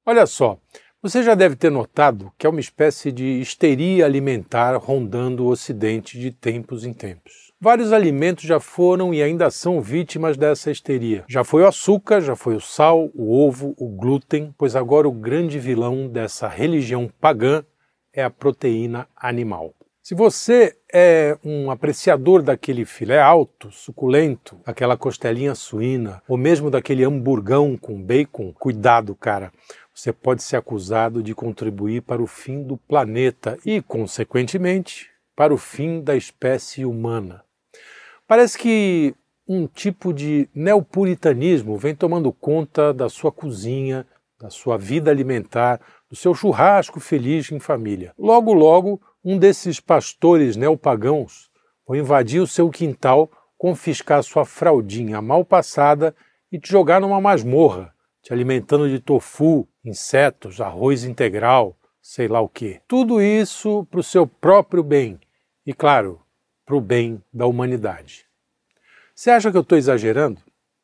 Olha só, você já deve ter notado que é uma espécie de histeria alimentar rondando o Ocidente de tempos em tempos. Vários alimentos já foram e ainda são vítimas dessa histeria. Já foi o açúcar, já foi o sal, o ovo, o glúten, pois agora o grande vilão dessa religião pagã é a proteína animal. Se você é um apreciador daquele filé alto, suculento, daquela costelinha suína, ou mesmo daquele hamburgão com bacon, cuidado, cara. Você pode ser acusado de contribuir para o fim do planeta e, consequentemente, para o fim da espécie humana. Parece que um tipo de neopuritanismo vem tomando conta da sua cozinha, da sua vida alimentar, do seu churrasco feliz em família. Logo, logo, um desses pastores neopagãos vai invadir o seu quintal, confiscar sua fraldinha mal passada e te jogar numa masmorra, te alimentando de tofu, insetos, arroz integral, sei lá o quê. Tudo isso para o seu próprio bem e, claro, para o bem da humanidade. Você acha que eu estou exagerando?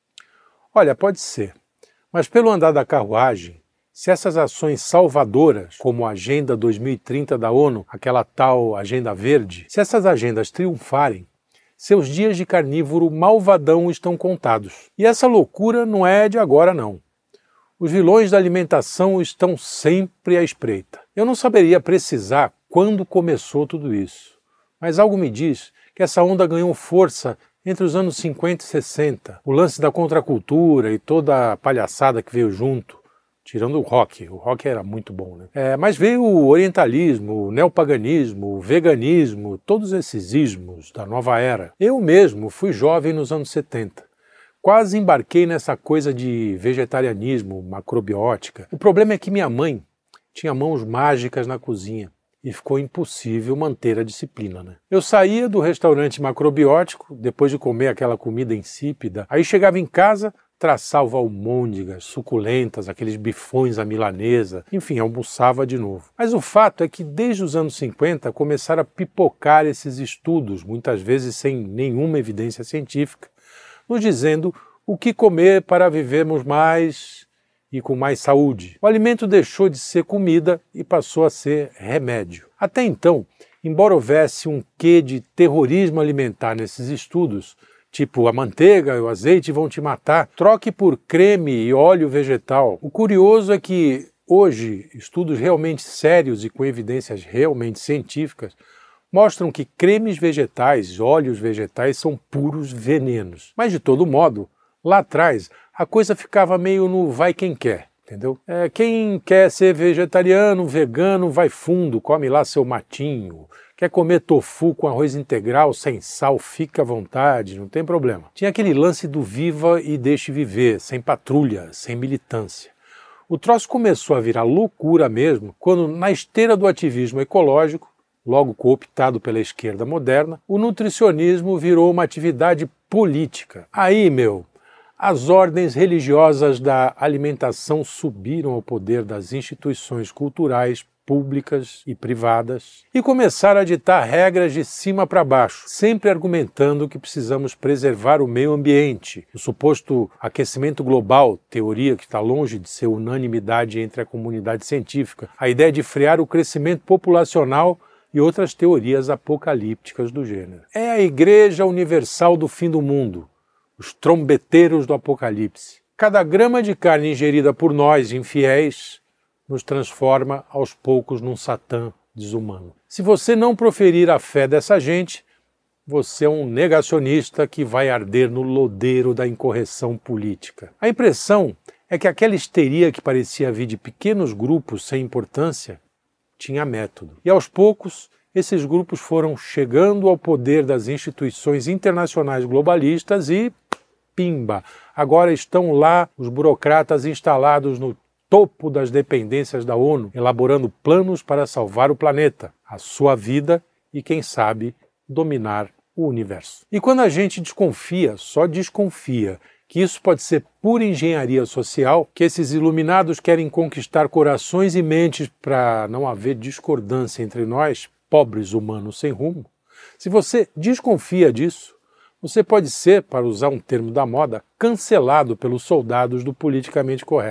Olha, pode ser, mas pelo andar da carruagem, se essas ações salvadoras, como a Agenda 2030 da ONU, aquela tal Agenda Verde, se essas agendas triunfarem, seus dias de carnívoro malvadão estão contados. E essa loucura não é de agora, não. Os vilões da alimentação estão sempre à espreita. Eu não saberia precisar quando começou tudo isso, mas algo me diz que essa onda ganhou força entre os anos 50 e 60. O lance da contracultura e toda a palhaçada que veio junto. Tirando o rock era muito bom, né? Mas veio o orientalismo, o neopaganismo, o veganismo, todos esses ismos da nova era. Eu mesmo fui jovem nos anos 70. Quase embarquei nessa coisa de vegetarianismo, macrobiótica. O problema é que minha mãe tinha mãos mágicas na cozinha e ficou impossível manter a disciplina, né? Eu saía do restaurante macrobiótico, depois de comer aquela comida insípida, aí chegava em casa, traçava almôndegas suculentas, aqueles bifões à milanesa, enfim, almoçava de novo. Mas o fato é que desde os anos 50 começaram a pipocar esses estudos, muitas vezes sem nenhuma evidência científica, nos dizendo o que comer para vivermos mais e com mais saúde. O alimento deixou de ser comida e passou a ser remédio. Até então, embora houvesse um quê de terrorismo alimentar nesses estudos, tipo, a manteiga e o azeite vão te matar, troque por creme e óleo vegetal. O curioso é que hoje, estudos realmente sérios e com evidências realmente científicas mostram que cremes vegetais, óleos vegetais são puros venenos. Mas de todo modo, lá atrás, a coisa ficava meio no vai quem quer, entendeu? Quem quer ser vegetariano, vegano, vai fundo, come lá seu matinho. Quer comer tofu com arroz integral, sem sal, fica à vontade, não tem problema. Tinha aquele lance do viva e deixe viver, sem patrulha, sem militância. O troço começou a virar loucura mesmo quando, na esteira do ativismo ecológico, logo cooptado pela esquerda moderna, o nutricionismo virou uma atividade política. Aí, as ordens religiosas da alimentação subiram ao poder das instituições culturais públicas e privadas e começaram a ditar regras de cima para baixo, sempre argumentando que precisamos preservar o meio ambiente. O suposto aquecimento global, teoria que está longe de ser unanimidade entre a comunidade científica, a ideia de frear o crescimento populacional e outras teorias apocalípticas do gênero. É a Igreja Universal do Fim do Mundo, os trombeteiros do Apocalipse. Cada grama de carne ingerida por nós, infiéis, nos transforma aos poucos num Satã desumano. Se você não proferir a fé dessa gente, você é um negacionista que vai arder no lodeiro da incorreção política. A impressão é que aquela histeria que parecia vir de pequenos grupos sem importância tinha método. E aos poucos, esses grupos foram chegando ao poder das instituições internacionais globalistas e, pimba, agora estão lá os burocratas instalados no topo das dependências da ONU, elaborando planos para salvar o planeta, a sua vida e, quem sabe, dominar o universo. E quando a gente desconfia, só desconfia, que isso pode ser pura engenharia social, que esses iluminados querem conquistar corações e mentes para não haver discordância entre nós, pobres humanos sem rumo, se você desconfia disso, você pode ser, para usar um termo da moda, cancelado pelos soldados do politicamente correto.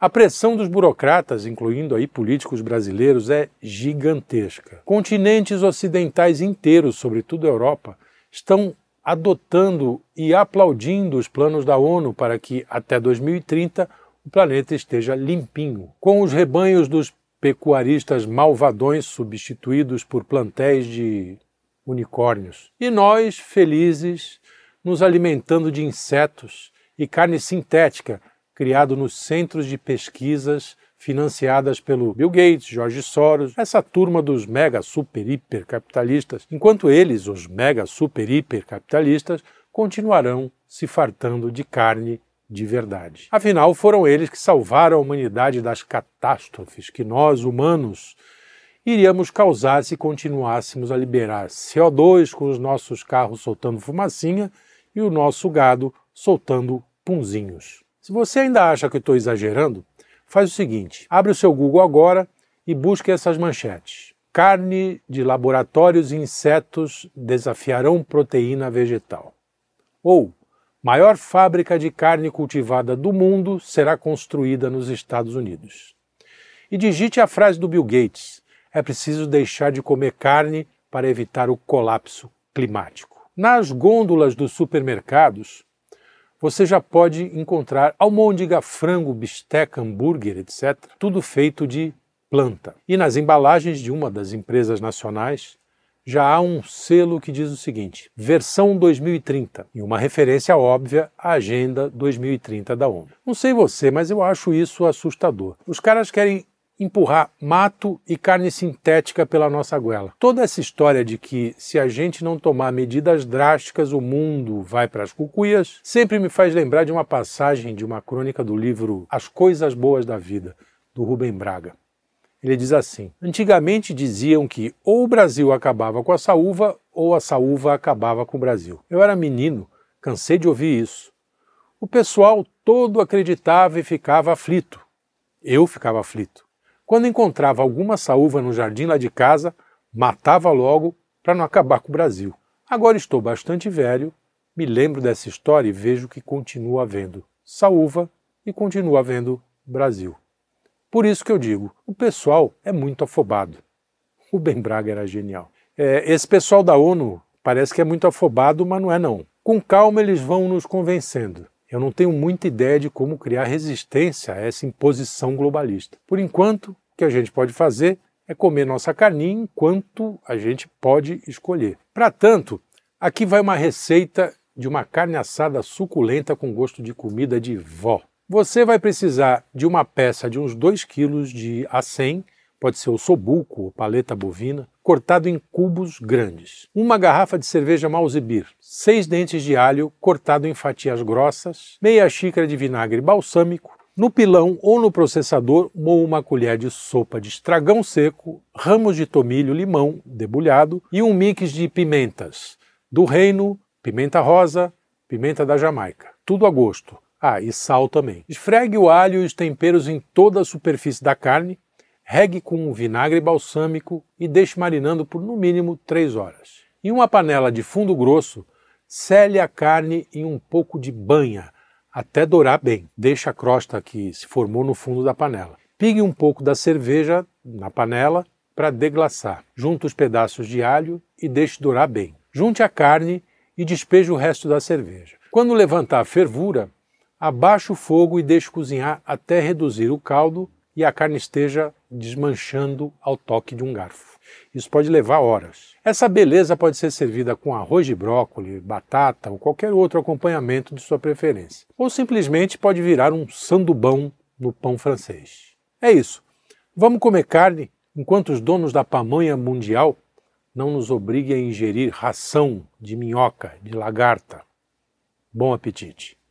A pressão dos burocratas, incluindo aí políticos brasileiros, é gigantesca. Continentes ocidentais inteiros, sobretudo a Europa, estão adotando e aplaudindo os planos da ONU para que, até 2030, o planeta esteja limpinho, com os rebanhos dos pecuaristas malvadões substituídos por plantéis de unicórnios. E nós, felizes, nos alimentando de insetos e carne sintética, criado nos centros de pesquisas financiadas pelo Bill Gates, George Soros, essa turma dos mega super hiper capitalistas, enquanto eles, os mega super hiper capitalistas, continuarão se fartando de carne de verdade. Afinal, foram eles que salvaram a humanidade das catástrofes que nós, humanos, iríamos causar se continuássemos a liberar CO2 com os nossos carros soltando fumacinha e o nosso gado soltando punzinhos. Se você ainda acha que eu estou exagerando, faz o seguinte, abre o seu Google agora e busque essas manchetes. Carne de laboratórios e insetos desafiarão proteína vegetal. Ou, maior fábrica de carne cultivada do mundo será construída nos Estados Unidos. E digite a frase do Bill Gates, é preciso deixar de comer carne para evitar o colapso climático. Nas gôndolas dos supermercados, você já pode encontrar almôndega, frango, bisteca, hambúrguer, etc. Tudo feito de planta. E nas embalagens de uma das empresas nacionais já há um selo que diz o seguinte, versão 2030, e uma referência óbvia à Agenda 2030 da ONU. Não sei você, mas eu acho isso assustador. Os caras querem empurrar mato e carne sintética pela nossa goela. Toda essa história de que se a gente não tomar medidas drásticas o mundo vai para as cucuias sempre me faz lembrar de uma passagem de uma crônica do livro As Coisas Boas da Vida, do Rubem Braga. Ele diz assim, antigamente diziam que ou o Brasil acabava com a saúva ou a saúva acabava com o Brasil. Eu era menino, cansei de ouvir isso. O pessoal todo acreditava e ficava aflito. Eu ficava aflito. Quando encontrava alguma saúva no jardim lá de casa, matava logo para não acabar com o Brasil. Agora estou bastante velho, me lembro dessa história e vejo que continua havendo saúva e continua havendo Brasil. Por isso que eu digo, o pessoal é muito afobado. O Rubem Braga era genial. Esse pessoal da ONU parece que é muito afobado, mas não é não. Com calma eles vão nos convencendo. Eu não tenho muita ideia de como criar resistência a essa imposição globalista. Por enquanto, o que a gente pode fazer é comer nossa carninha enquanto a gente pode escolher. Para tanto, aqui vai uma receita de uma carne assada suculenta com gosto de comida de vó. Você vai precisar de uma peça de uns 2 kg de acém, pode ser ossobuco ou paleta bovina, cortado em cubos grandes. Uma garrafa de cerveja Malzibir, 6 dentes de alho cortado em fatias grossas, meia xícara de vinagre balsâmico, no pilão ou no processador moa uma colher de sopa de estragão seco, ramos de tomilho, limão debulhado e um mix de pimentas do reino, pimenta rosa, pimenta da Jamaica, tudo a gosto. Ah, e sal também. Esfregue o alho e os temperos em toda a superfície da carne, regue com vinagre balsâmico e deixe marinando por no mínimo 3 horas. Em uma panela de fundo grosso, sele a carne em um pouco de banha, até dourar bem. Deixe a crosta que se formou no fundo da panela. Pigue um pouco da cerveja na panela para deglaçar. Junte os pedaços de alho e deixe dourar bem. Junte a carne e despeje o resto da cerveja. Quando levantar a fervura, abaixe o fogo e deixe cozinhar até reduzir o caldo e a carne esteja desmanchando ao toque de um garfo. Isso pode levar horas. Essa beleza pode ser servida com arroz de brócolis, batata ou qualquer outro acompanhamento de sua preferência. Ou simplesmente pode virar um sandubão no pão francês. É isso. Vamos comer carne enquanto os donos da pamonha mundial não nos obriguem a ingerir ração de minhoca, de lagarta. Bom apetite!